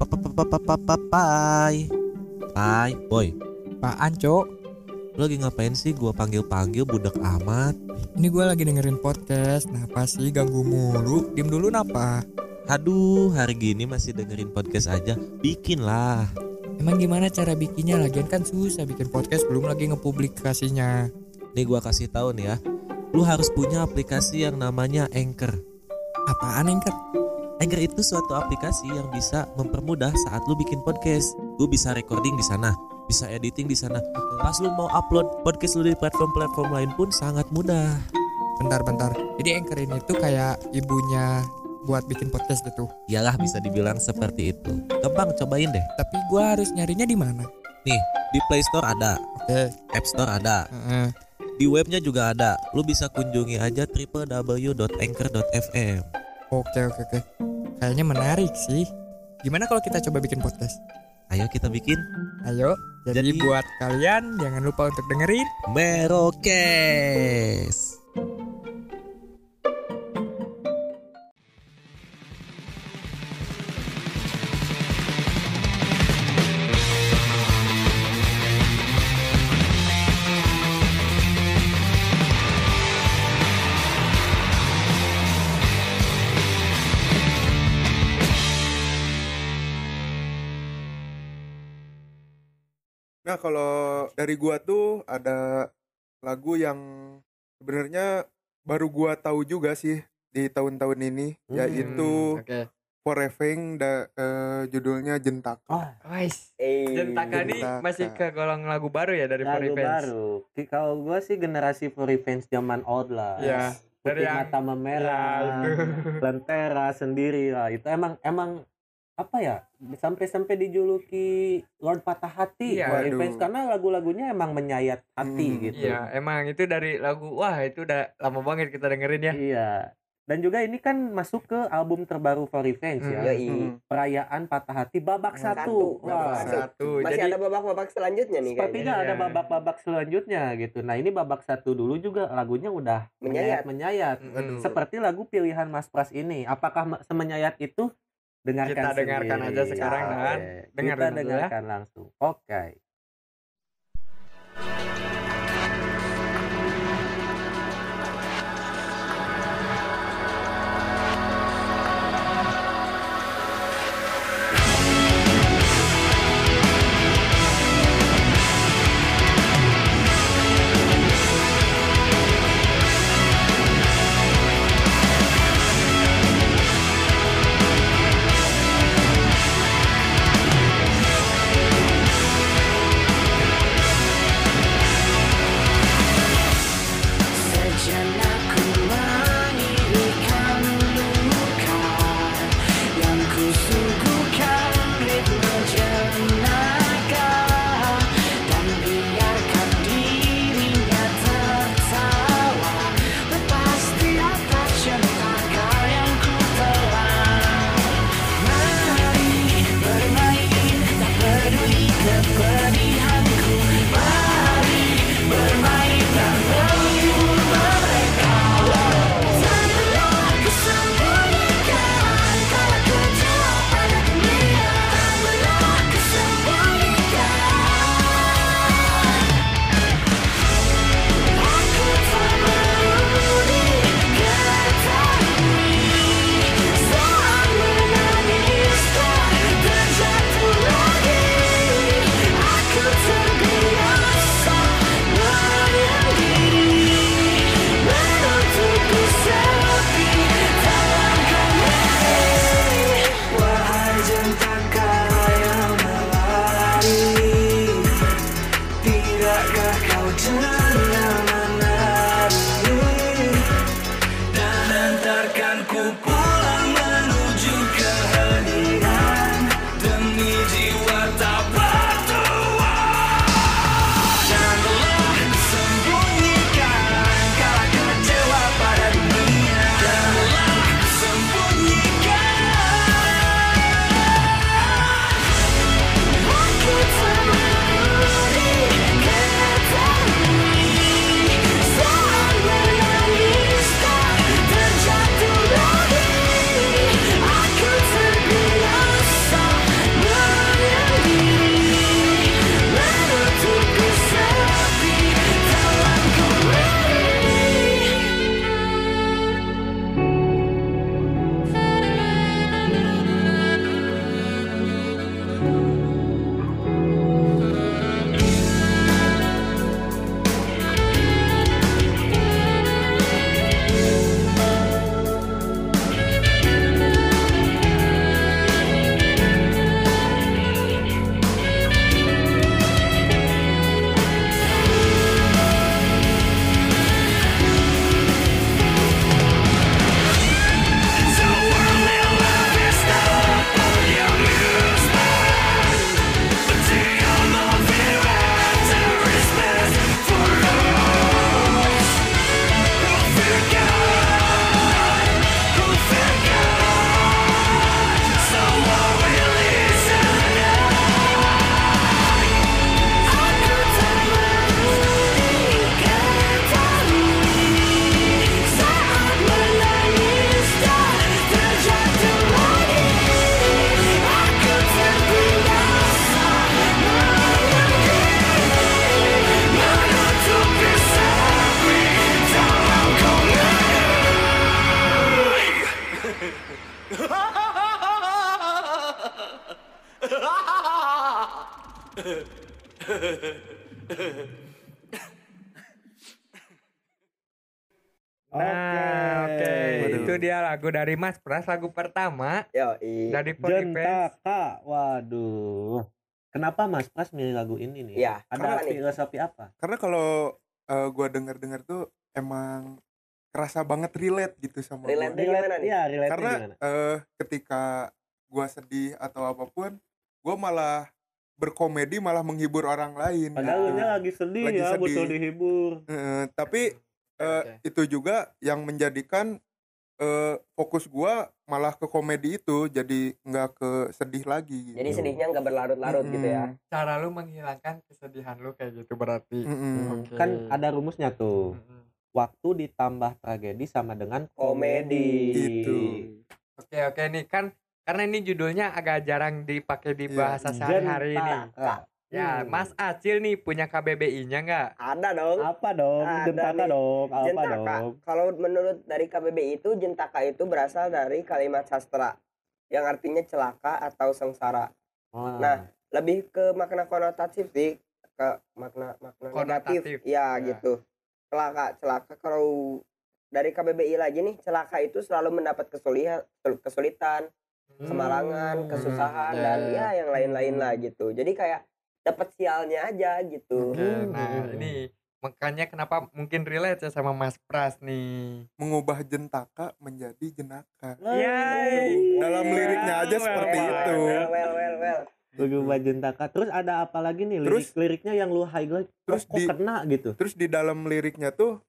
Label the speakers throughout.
Speaker 1: Pai, boy.
Speaker 2: Apaan, Cok?
Speaker 1: Lu lagi ngapain sih? Gua panggil-panggil budak amat.
Speaker 2: Ini gue lagi dengerin podcast. Napa sih ganggu mulu? Diem dulu napa?
Speaker 1: Aduh, hari gini masih dengerin podcast aja. Bikin lah.
Speaker 2: Emang gimana cara bikinnya? Lagian kan susah bikin podcast, belum lagi ngepublikasinya.
Speaker 1: Nih gua kasih tahu nih ya. Lu harus punya aplikasi yang namanya Anchor.
Speaker 2: Apaan, Anchor?
Speaker 1: Anchor itu suatu aplikasi yang bisa mempermudah saat lu bikin podcast. Lu bisa recording di sana, bisa editing di sana. Pas lu mau upload podcast lu di platform-platform lain pun sangat mudah.
Speaker 2: Bentar. Jadi Anchor ini tuh kayak ibunya buat bikin podcast gitu.
Speaker 1: Iyalah, bisa dibilang seperti itu. Gampang, cobain deh.
Speaker 2: Tapi gue harus nyarinya di mana?
Speaker 1: Nih, di Play Store ada,
Speaker 2: Oke.
Speaker 1: App Store ada, di webnya juga ada. Lu bisa kunjungi aja www.anchor.fm.
Speaker 2: Oke. Kayaknya menarik sih. Gimana kalau kita coba bikin podcast?
Speaker 1: Ayo kita bikin
Speaker 2: Ayo. Jadi buat kalian jangan lupa untuk dengerin
Speaker 1: Merokes.
Speaker 3: Nah, kalau dari gua tuh ada lagu yang sebenarnya baru gua tahu juga sih di tahun-tahun ini, yaitu
Speaker 2: Oke.
Speaker 3: Foreveng, judulnya Jentaka.
Speaker 2: Wais. Jentaka nih
Speaker 3: Jentaka.
Speaker 2: masih ke golong lagu baru ya dari
Speaker 4: Lagu
Speaker 2: Forevenge?
Speaker 4: baru. Kalau gue sih generasi Forevenge zaman old lah.
Speaker 2: Iya. Dari
Speaker 4: Putih
Speaker 2: yang
Speaker 4: Mata Memerah,
Speaker 2: ya, itu.
Speaker 4: Lentera sendiri lah. Itu emang apa ya? Sampai dijuluki Lord Patah Hati
Speaker 2: Iya.
Speaker 4: Forevenge
Speaker 3: Waduh.
Speaker 4: karena lagu-lagunya emang menyayat hati gitu.
Speaker 2: Iya, emang itu dari lagu, wah itu udah lama banget kita dengerin ya.
Speaker 4: Iya. Dan juga ini kan masuk ke album terbaru Forevenge ya. Perayaan Patah Hati babak satu. Wah.
Speaker 2: Satu.
Speaker 5: Masih
Speaker 2: Jadi
Speaker 5: ada babak-babak selanjutnya nih
Speaker 4: Sepertinya
Speaker 5: kayaknya.
Speaker 4: ada
Speaker 2: Iya.
Speaker 4: babak-babak selanjutnya gitu. Nah ini babak satu dulu juga lagunya udah
Speaker 5: Menyayat.
Speaker 4: menyayat.
Speaker 2: Aduh.
Speaker 4: Seperti lagu pilihan Mas Pras ini. Apakah semenyayat itu? Dengarkan
Speaker 2: Kita dengarkan
Speaker 4: sendiri.
Speaker 2: aja sekarang, Dan.
Speaker 4: Oke.
Speaker 2: Dengar
Speaker 4: Kita
Speaker 2: dulu ya.
Speaker 4: dengarkan langsung. Oke.
Speaker 6: Sejenak ku menirikan luka yang ku suguhkan ritme jenaka dan biarkan dirinya tertawa lepas di atas jentaka yang ku telan. Mari bermain tak peduli kepedihanku. Mari bermain dan menghibur mereka. Janganlah kesembunyikan kalau kecewa pada dunia. Janganlah kesembunyikan. Aku tak peduli ketahui saat menangis tak terjatuh lagi. Aku terbiasa menyendiri, menutupku sepi dalam kamar. Wahai jentaka yang melari, tidakkah kau dengar menari dan antarkanku pulang menuju kehadiran demi jiwa tak bertuan. Janganlah kesembunyikan kalau kecewa pada dunia. Janganlah kesembunyikan. Aku tak peduli ketahui saat menangis tak terjatuh lagi.
Speaker 2: Nah, oke.
Speaker 3: Waduh.
Speaker 2: Itu dia lagu dari Mas Pras, lagu pertama
Speaker 5: Yoi.
Speaker 2: dari Forifans.
Speaker 4: Jentaka. Waduh. Kenapa Mas Pras milih lagu ini nih?
Speaker 5: Iya,
Speaker 4: Ada
Speaker 5: karena nih.
Speaker 4: filosofi apa?
Speaker 3: Karena kalau gua denger tuh emang kerasa banget relate gitu sama
Speaker 5: Relate
Speaker 3: gua.
Speaker 5: gimana nih?
Speaker 4: Iya, relate
Speaker 3: Karena
Speaker 4: gimana?
Speaker 3: ketika gua sedih atau apapun, gua malah berkomedi, malah menghibur orang lain.
Speaker 4: Padahal
Speaker 3: gitu.
Speaker 4: lu lagi sedih
Speaker 3: Lagi
Speaker 4: ya,
Speaker 3: sedih.
Speaker 4: butuh dihibur.
Speaker 3: Tapi
Speaker 2: Oke.
Speaker 3: itu juga yang menjadikan fokus gua malah ke komedi itu, jadi nggak ke sedih lagi.
Speaker 5: Jadi sedihnya nggak berlarut-larut gitu ya.
Speaker 2: Cara lu menghilangkan kesedihan lu kayak gitu berarti. Oke.
Speaker 4: Kan ada rumusnya tuh.
Speaker 2: Mm-mm.
Speaker 4: Waktu ditambah tragedi sama dengan
Speaker 5: Komedi.
Speaker 3: Gitu.
Speaker 2: Oke nih kan karena ini judulnya agak jarang dipakai di bahasa sehari-hari ini.
Speaker 4: Jentaka.
Speaker 2: Ya, Mas Acil nih punya KBBI-nya nggak?
Speaker 5: Ada dong.
Speaker 4: Apa dong?
Speaker 5: Ada
Speaker 4: Jentaka
Speaker 5: nih.
Speaker 4: dong. Apa
Speaker 5: Jentaka.
Speaker 4: dong?
Speaker 5: Kalau menurut dari KBBI itu jentaka itu berasal dari kalimat sastra yang artinya celaka atau sengsara.
Speaker 4: Oh.
Speaker 5: Nah, lebih ke makna konotatif sih, ke makna
Speaker 2: Konotatif.
Speaker 5: negatif. Ya,
Speaker 2: Ya.
Speaker 5: gitu. Celaka kalau dari KBBI lagi nih, celaka itu selalu mendapat kesulitan, kemalangan, kesusahan
Speaker 2: Ya,
Speaker 5: dan
Speaker 2: ya.
Speaker 5: ya yang lain-lain lah gitu. Jadi kayak dapat sialnya aja gitu.
Speaker 2: Oke, nah ini makanya kenapa mungkin relate ya sama Mas Pras nih.
Speaker 3: Mengubah jentaka menjadi jenaka.
Speaker 2: Yay.
Speaker 3: Dalam liriknya aja seperti itu.
Speaker 5: Well.
Speaker 4: Lagu Jentaka. Terus ada apa lagi nih liriknya yang lu highlight?
Speaker 3: Terus
Speaker 4: Kok kena gitu?
Speaker 3: Terus di dalam liriknya tuh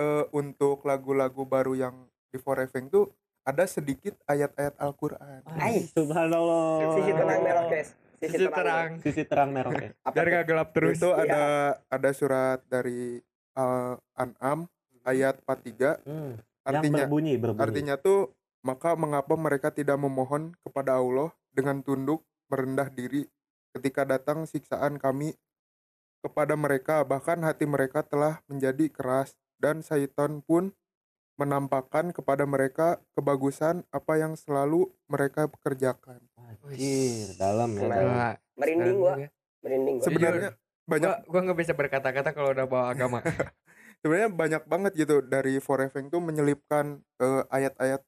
Speaker 3: untuk lagu-lagu baru yang di Forefeng tuh ada sedikit ayat-ayat Al-Qur'an.
Speaker 4: Subhanallah.
Speaker 5: Sisi tenang Merokes.
Speaker 2: Sisi terang.
Speaker 4: Sisi terang meroknya.
Speaker 2: Biar gak gelap terus.
Speaker 3: Itu ada surat dari Al-An'am ayat 43.
Speaker 4: Yang berbunyi.
Speaker 3: Artinya tuh maka mengapa mereka tidak memohon kepada Allah dengan tunduk merendah diri ketika datang siksaan kami kepada mereka, bahkan hati mereka telah menjadi keras dan syaitan pun menampakkan kepada mereka kebagusan apa yang selalu mereka kerjakan.
Speaker 4: Anjir, dalam ya.
Speaker 5: Keren.
Speaker 2: Wah,
Speaker 5: Merinding gua.
Speaker 3: Sebenarnya banyak
Speaker 2: gua nggak bisa berkata-kata kalau udah bawa agama.
Speaker 3: sebenarnya banyak banget gitu dari Forefeng tuh menyelipkan ayat-ayat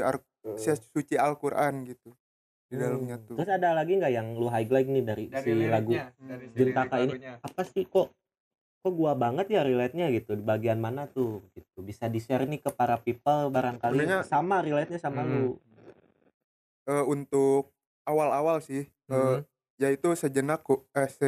Speaker 3: suci Al-Qur'an gitu di dalamnya tuh.
Speaker 4: Terus ada lagi nggak yang lu highlight nih dari si lagu
Speaker 2: dari si
Speaker 4: Jentaka
Speaker 2: lirik
Speaker 4: ini?
Speaker 2: lagunya.
Speaker 4: Apa sih kok gua banget ya relate-nya gitu, di bagian mana tuh gitu. Bisa di-share nih ke para people barangkali
Speaker 3: Sebenarnya-
Speaker 4: sama relate-nya sama lu.
Speaker 3: Untuk awal-awal sih yaitu sejenakku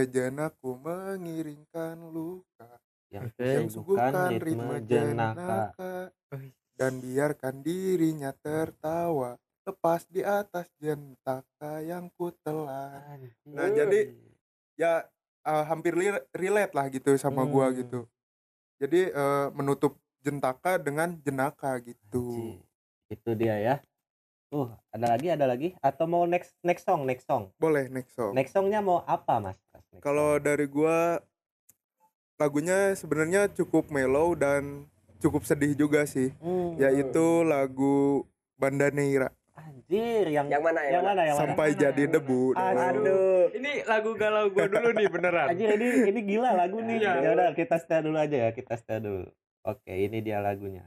Speaker 3: mengiringkan luka
Speaker 4: Yang
Speaker 2: Oke.
Speaker 3: yang
Speaker 4: bukan
Speaker 3: suguhkan
Speaker 4: ritme
Speaker 3: ritme
Speaker 4: jenaka.
Speaker 3: jenaka dan biarkan dirinya tertawa lepas di atas jentaka yang ku telan. Nah, jadi ya hampir relate lah gitu sama gua gitu. Jadi menutup jentaka dengan jenaka gitu.
Speaker 4: Itu dia ya. Ada lagi atau mau next song?
Speaker 3: Boleh next song.
Speaker 4: Next songnya mau apa Mas?
Speaker 3: Kalau dari gua lagunya sebenarnya cukup mellow dan cukup sedih juga sih. Yaitu lagu Banda Neira.
Speaker 4: Anjir, yang
Speaker 5: mana?
Speaker 3: Sampai jadi debu.
Speaker 5: Aduh.
Speaker 2: Ini lagu galau gua dulu nih beneran.
Speaker 4: Anjir, ini gila lagu nih.
Speaker 2: Iya.
Speaker 4: Ya udah kita stay dulu aja ya, Oke, ini dia lagunya.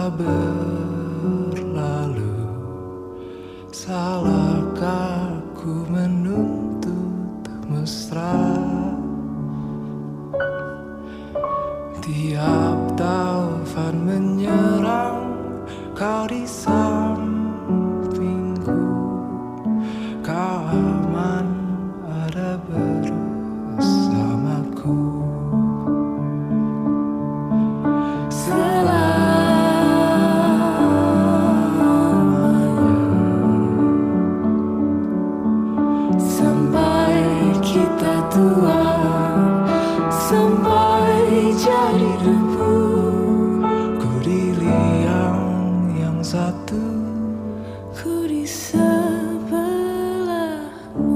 Speaker 7: telah berlalu. Salahkah ku menuntut mesra? Tiap taufan menyerang, kau di sampingku. Kau aman ada bersamaku. Sampai kita tua, sampai jadi debu, ku di liang yang satu, ku di sebelahmu.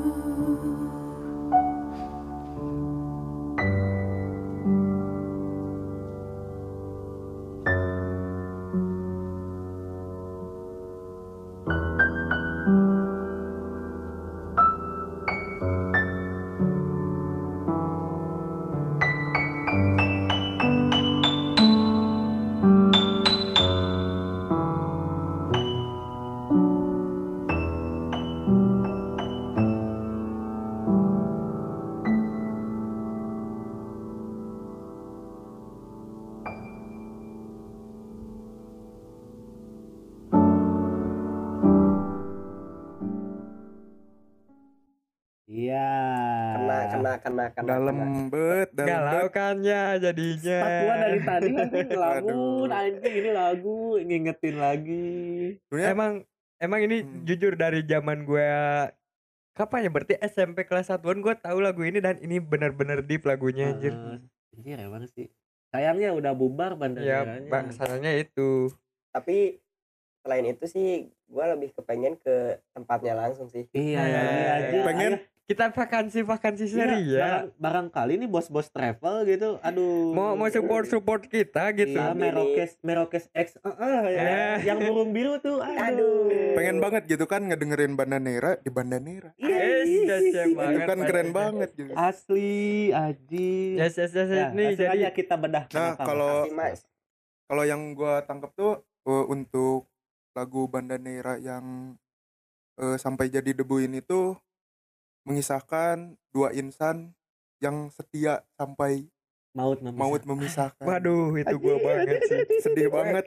Speaker 4: Iya.
Speaker 5: Kena.
Speaker 3: Dalam bet.
Speaker 2: Galau kan ya jadinya.
Speaker 4: Pas gua dari tadi anjing lagu,
Speaker 3: Aduh.
Speaker 4: anjing ini lagu ngingetin lagi.
Speaker 3: Sebenarnya
Speaker 2: Emang ini jujur dari zaman gue kapan ya, berarti SMP kelas 1-an gue tahu lagu ini dan ini benar-benar deep lagunya anjir.
Speaker 4: Anjir emang sih. Sayangnya udah bubar
Speaker 2: Ya,
Speaker 4: bandaranya.
Speaker 2: sayangnya itu.
Speaker 5: Tapi selain itu sih gue lebih kepengen ke tempatnya langsung sih.
Speaker 4: Iya,
Speaker 2: Nah,
Speaker 4: ini aja.
Speaker 3: pengen
Speaker 2: Kita vakansi seri ya.
Speaker 4: Barangkali nih bos-bos travel gitu. Aduh.
Speaker 2: Mau support kita gitu.
Speaker 4: Iya, Merokes X. Yang burung biru tuh. Aduh.
Speaker 3: pengen banget gitu kan ngedengerin Bandanera di Bandanera.
Speaker 2: Yes,
Speaker 3: Itu kan keren banget gitu.
Speaker 4: Asli, Aji.
Speaker 2: Yes.
Speaker 4: Nah,
Speaker 2: Nih
Speaker 4: langsung
Speaker 2: jadi
Speaker 4: aja kita bedah.
Speaker 3: Nah,
Speaker 4: kenapa,
Speaker 3: kalau
Speaker 5: Makasih, Mas.
Speaker 3: kalau yang gua tangkap tuh untuk lagu Bandanera yang sampai jadi debu ini tuh mengisahkan dua insan yang setia sampai
Speaker 4: maut
Speaker 3: memisahkan.
Speaker 2: waduh itu gua banget sih.
Speaker 3: Sedih banget.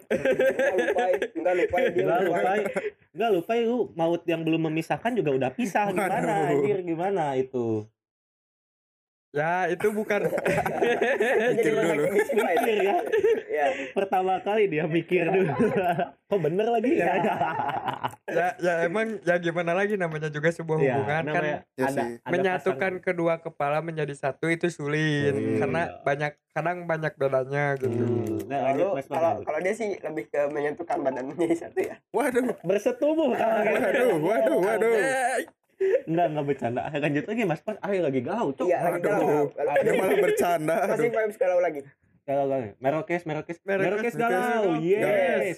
Speaker 5: Enggak lupa
Speaker 4: lu maut yang belum memisahkan juga udah pisah. Gimana
Speaker 3: Waduh.
Speaker 4: anjir, gimana itu?
Speaker 2: Ya itu bukan
Speaker 3: Mikir dulu.
Speaker 4: Mikir ya.
Speaker 5: Ya.
Speaker 4: Pertama kali dia mikir dulu. Kok bener lagi ya?
Speaker 2: ya emang ya gimana lagi, namanya juga sebuah
Speaker 4: Iya,
Speaker 2: hubungan kan
Speaker 4: namanya
Speaker 3: Ya
Speaker 4: ada
Speaker 3: sih.
Speaker 2: menyatukan
Speaker 4: pasangan.
Speaker 2: kedua kepala menjadi satu itu sulit
Speaker 3: Sulit.
Speaker 2: karena kadang banyak bedanya gitu.
Speaker 4: Nah, lanjut,
Speaker 5: Lalu
Speaker 4: Mas Farhan.
Speaker 5: kalau dia sih lebih ke menyentuhkan badan menjadi satu ya.
Speaker 3: Waduh.
Speaker 4: Bersetubuh kalau gitu.
Speaker 3: Waduh.
Speaker 4: Enggak bercanda. Lanjut lagi Mas Pas. Lagi galau, Cuk.
Speaker 5: Iya, lagi galau.
Speaker 3: Dia malah bercanda.
Speaker 5: Masih
Speaker 3: Aduh.
Speaker 5: vibes galau lagi.
Speaker 4: Galau. Merokes
Speaker 2: Merokes
Speaker 4: galau. Yes.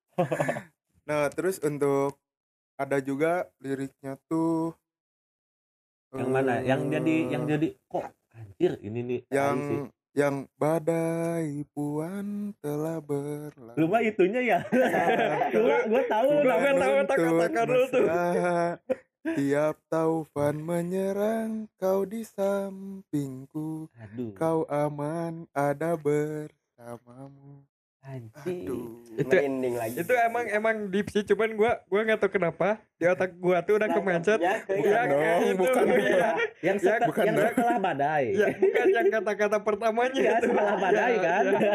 Speaker 3: Nah, terus untuk ada juga liriknya tuh
Speaker 4: Yang mana? Yang jadi kok anjir ini nih.
Speaker 3: yang
Speaker 4: tai sih.
Speaker 3: yang badai puan telah berlalu.
Speaker 4: Lu mah itunya ya. Gua tahu
Speaker 2: Gua tahu
Speaker 3: Menuntut
Speaker 2: kata-kata lu tuh.
Speaker 3: mesra. Tiap taufan menyerang, kau di sampingku,
Speaker 4: Aduh.
Speaker 3: kau aman ada bersamamu.
Speaker 4: Anjir.
Speaker 3: Aduh.
Speaker 2: Itu-
Speaker 5: Merinding lagi.
Speaker 2: Itu emang deep sih, cuman gua nggak tahu kenapa di otak gua tuh udah kemencet.
Speaker 5: Ya, ke-
Speaker 2: Ya,
Speaker 3: dong,
Speaker 2: kayak itu.
Speaker 3: bukan dong.
Speaker 2: Iya.
Speaker 4: Yang
Speaker 2: Ya,
Speaker 3: bukan
Speaker 4: yang
Speaker 3: dong.
Speaker 4: setelah badai.
Speaker 2: Ya, bukan yang kata-kata pertamanya
Speaker 4: Ya,
Speaker 2: itu.
Speaker 4: setelah badai
Speaker 2: Ya,
Speaker 4: kan.
Speaker 2: ya.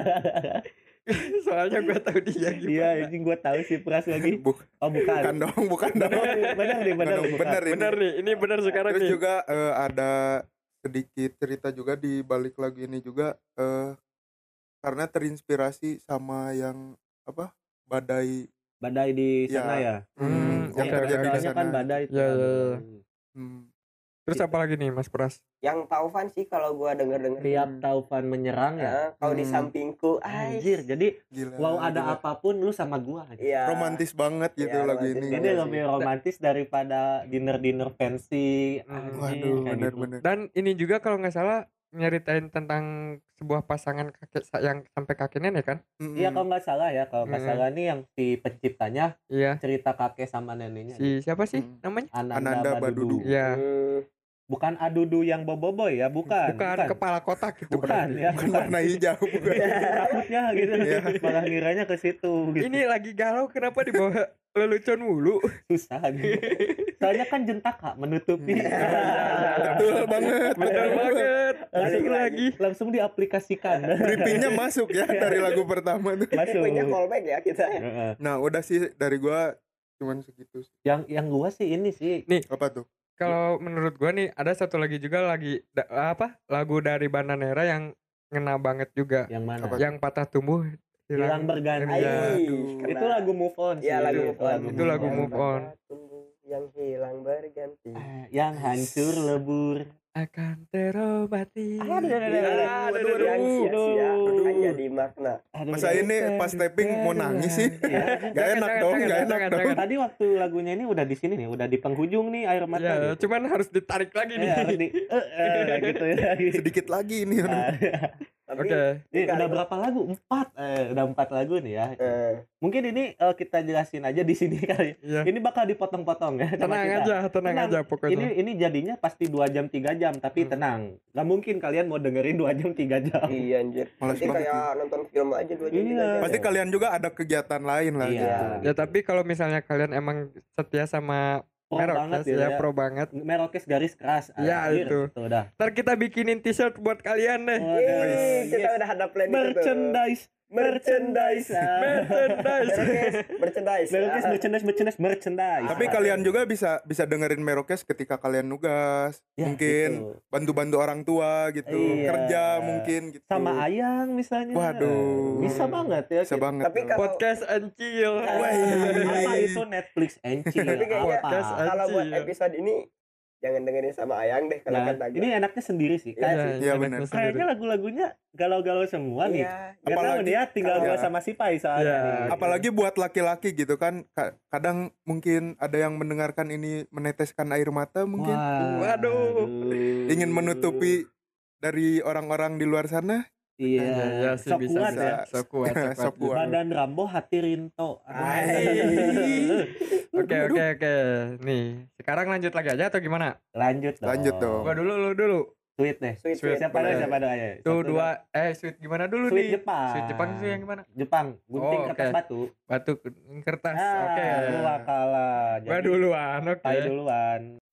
Speaker 2: Soalnya gua tahu dia
Speaker 4: Iya,
Speaker 2: gimana.
Speaker 4: anjing gua tahu sih Pras lagi. Oh,
Speaker 3: Bukan
Speaker 4: bukan.
Speaker 3: dong, bukan dong.
Speaker 4: Benar nih, benar.
Speaker 3: Benar ini.
Speaker 2: Bener nih, ini bener sekarang
Speaker 3: Terus
Speaker 2: nih.
Speaker 3: juga ada sedikit cerita juga di balik lagu ini juga karena terinspirasi sama yang apa badai
Speaker 4: Badai di
Speaker 3: Ya.
Speaker 4: sana ya.
Speaker 3: yang
Speaker 2: oke,
Speaker 3: terjadi di
Speaker 4: Soalnya
Speaker 3: sana.
Speaker 4: kan badai tuh.
Speaker 2: Ya, ya, ya.
Speaker 3: Hmm.
Speaker 2: Terus apa lagi nih Mas Pras?
Speaker 5: Yang Taufan sih kalau gua denger-denger.
Speaker 4: Tiap taufan menyerang ya.
Speaker 5: Kau di sampingku.
Speaker 4: Anjir, jadi
Speaker 3: Gila,
Speaker 4: wow ada
Speaker 3: gila.
Speaker 4: apapun lu sama gua aja.
Speaker 5: Iya.
Speaker 3: Romantis banget gitu
Speaker 5: Iya,
Speaker 3: lagu
Speaker 5: romantis
Speaker 3: ini.
Speaker 4: Ini lebih romantis daripada dinner fancy. Anjir,
Speaker 3: Waduh,
Speaker 4: kayak gitu.
Speaker 3: bener-bener.
Speaker 2: Dan ini juga kalau nggak salah nyeritain tentang sebuah pasangan kakek yang sampai kakek nenek kan?
Speaker 4: Iya kalau nggak salah ya, kalau nggak
Speaker 2: Mm.
Speaker 4: salah nih yang si penciptanya
Speaker 2: Iya.
Speaker 4: cerita kakek sama neneknya.
Speaker 2: Siapa sih
Speaker 3: Hmm.
Speaker 2: namanya?
Speaker 3: Ananda Badudu.
Speaker 2: Iya.
Speaker 4: Bukan Adudu yang boboiboy ya, bukan.
Speaker 2: Bukan kepala kotak itu.
Speaker 4: Bukan ya,
Speaker 3: Bukan warna hijau, bukan.
Speaker 4: Takutnya gitu.
Speaker 3: Iya.
Speaker 4: Malah ngiranya ke situ gitu.
Speaker 2: Ini lagi galau kenapa dibawa lelucon mulu?
Speaker 4: Susah gitu. Soalnya kan jentaka menutupi.
Speaker 3: Betul banget.
Speaker 2: Betul banget. Langsung lagi.
Speaker 4: Langsung diaplikasikan.
Speaker 3: Briefingnya masuk ya dari lagu pertama tuh.
Speaker 5: Ini
Speaker 4: Masuk.
Speaker 5: punya callback ya kita.
Speaker 4: Heeh.
Speaker 3: Nah, udah sih dari gua cuman segitu sih.
Speaker 4: Yang gua sih ini sih
Speaker 3: Apa tuh?
Speaker 2: Kalau menurut gua nih ada satu lagi juga lagu dari Bandanera yang ngena banget juga.
Speaker 4: yang mana?
Speaker 3: Apa?
Speaker 2: Yang patah tumbuh
Speaker 4: Hilang berganti.
Speaker 2: Iya.
Speaker 4: Itu lagu move on sih.
Speaker 5: Iya, lagu move on.
Speaker 2: Itu lagu
Speaker 5: Yang
Speaker 2: move on.
Speaker 5: tumbuh, yang hilang berganti.
Speaker 4: Yang hancur lebur.
Speaker 2: Akan terobati.
Speaker 4: Aduh,
Speaker 5: Yang sia-sia akan jadi makna.
Speaker 3: Masa ini pas tapping mau nangis sih?
Speaker 4: Ya.
Speaker 3: Gak enak dong, gak enak dong.
Speaker 4: Tadi waktu lagunya ini udah di sini nih, udah di penghujung nih air mata.
Speaker 2: Ya,
Speaker 4: gitu.
Speaker 2: cuman harus ditarik lagi nih.
Speaker 4: Ya, harus di gitu ya.
Speaker 3: Sedikit lagi ini.
Speaker 5: Tapi
Speaker 2: Oke.
Speaker 4: Ini udah berapa lagu? 4. Udah 4 lagu nih ya. Mungkin ini kita jelasin aja di sini kali.
Speaker 2: Iya.
Speaker 4: Ini bakal dipotong-potong ya. sama kita.
Speaker 2: Tenang aja pokoknya.
Speaker 4: Ini jadinya pasti 2 jam 3 jam, tapi tenang. Gak mungkin kalian mau dengerin 2 jam 3 jam.
Speaker 5: Iya anjir.
Speaker 3: Males
Speaker 5: Nanti
Speaker 3: banget
Speaker 5: kayak nonton film aja 2 jam.
Speaker 4: Iya.
Speaker 5: 3 jam.
Speaker 3: Pasti kalian juga ada kegiatan lain lah
Speaker 4: Iya.
Speaker 3: gitu.
Speaker 2: Ya tapi kalau misalnya kalian emang setia sama
Speaker 4: Pro banget
Speaker 2: Merokes
Speaker 4: ya,
Speaker 2: ya, pro banget.
Speaker 4: Merokes garis keras.
Speaker 2: Ya,
Speaker 4: Anjir,
Speaker 2: itu.
Speaker 4: Tuh, udah.
Speaker 2: Ntar kita bikinin t-shirt buat kalian deh.
Speaker 5: Ih, kita
Speaker 4: Yes.
Speaker 5: udah ada plan itu tuh.
Speaker 4: Merchandise.
Speaker 5: Merchandise. Merchandise.
Speaker 4: Merchandise.
Speaker 3: Tapi kalian juga bisa dengerin Merokes ketika kalian nugas,
Speaker 4: Ya,
Speaker 3: mungkin
Speaker 4: gitu.
Speaker 3: bantu-bantu orang tua gitu,
Speaker 4: Iya.
Speaker 3: kerja mungkin gitu.
Speaker 4: Sama Ayang misalnya.
Speaker 3: Waduh.
Speaker 4: Bisa banget ya.
Speaker 3: Bisa banget.
Speaker 5: Tapi
Speaker 3: tuh.
Speaker 5: kalau
Speaker 2: Podcast and chill.
Speaker 4: Apa itu Netflix and chill?
Speaker 5: Tapi kayaknya
Speaker 2: Podcast
Speaker 4: Apa?
Speaker 2: and
Speaker 5: kalau buat
Speaker 2: chill.
Speaker 5: episode ini jangan dengerin sama Ayang deh kalau
Speaker 4: Nah,
Speaker 5: kata gue.
Speaker 4: ini enaknya sendiri sih. Kayak
Speaker 3: Iya, benar.
Speaker 4: kayaknya lagu-lagunya galau-galau semua nih.
Speaker 5: Iya.
Speaker 4: Gak tahu
Speaker 3: Apalagi-
Speaker 4: nih ya, tinggal
Speaker 3: Iya.
Speaker 4: gua sama si Pai soalnya.
Speaker 2: Iya.
Speaker 4: nih.
Speaker 3: Apalagi buat laki-laki gitu kan, kadang mungkin ada yang mendengarkan ini meneteskan air mata mungkin,
Speaker 2: Waduh.
Speaker 3: ingin menutupi dari orang-orang di luar sana.
Speaker 4: Iya,
Speaker 2: Ya sih
Speaker 4: sok
Speaker 2: bisa.
Speaker 4: kuat ya.
Speaker 2: Sok kuat.
Speaker 3: Sok kuat.
Speaker 4: Badan Rambo, hati Rinto.
Speaker 2: Oke. Nih, sekarang lanjut lagi aja atau gimana?
Speaker 4: Lanjut dong.
Speaker 3: Lanjut dong.
Speaker 2: Gua dulu lu dulu.
Speaker 4: Sweet deh.
Speaker 5: Sweet.
Speaker 4: Siapa
Speaker 2: boleh.
Speaker 4: dong? Siapa dong? Ayo.
Speaker 2: Tuh
Speaker 4: Satu,
Speaker 2: dua sweet gimana dulu
Speaker 4: Sweet
Speaker 2: nih?
Speaker 4: Jepang.
Speaker 2: Sweet Jepang itu yang gimana?
Speaker 4: Jepang. Gunting
Speaker 2: Oh,
Speaker 4: kertas
Speaker 2: oke.
Speaker 4: batu.
Speaker 2: Batu kertas. Oke.
Speaker 4: Gua kalah.
Speaker 2: Gua duluan. Oke.
Speaker 4: Pai duluan.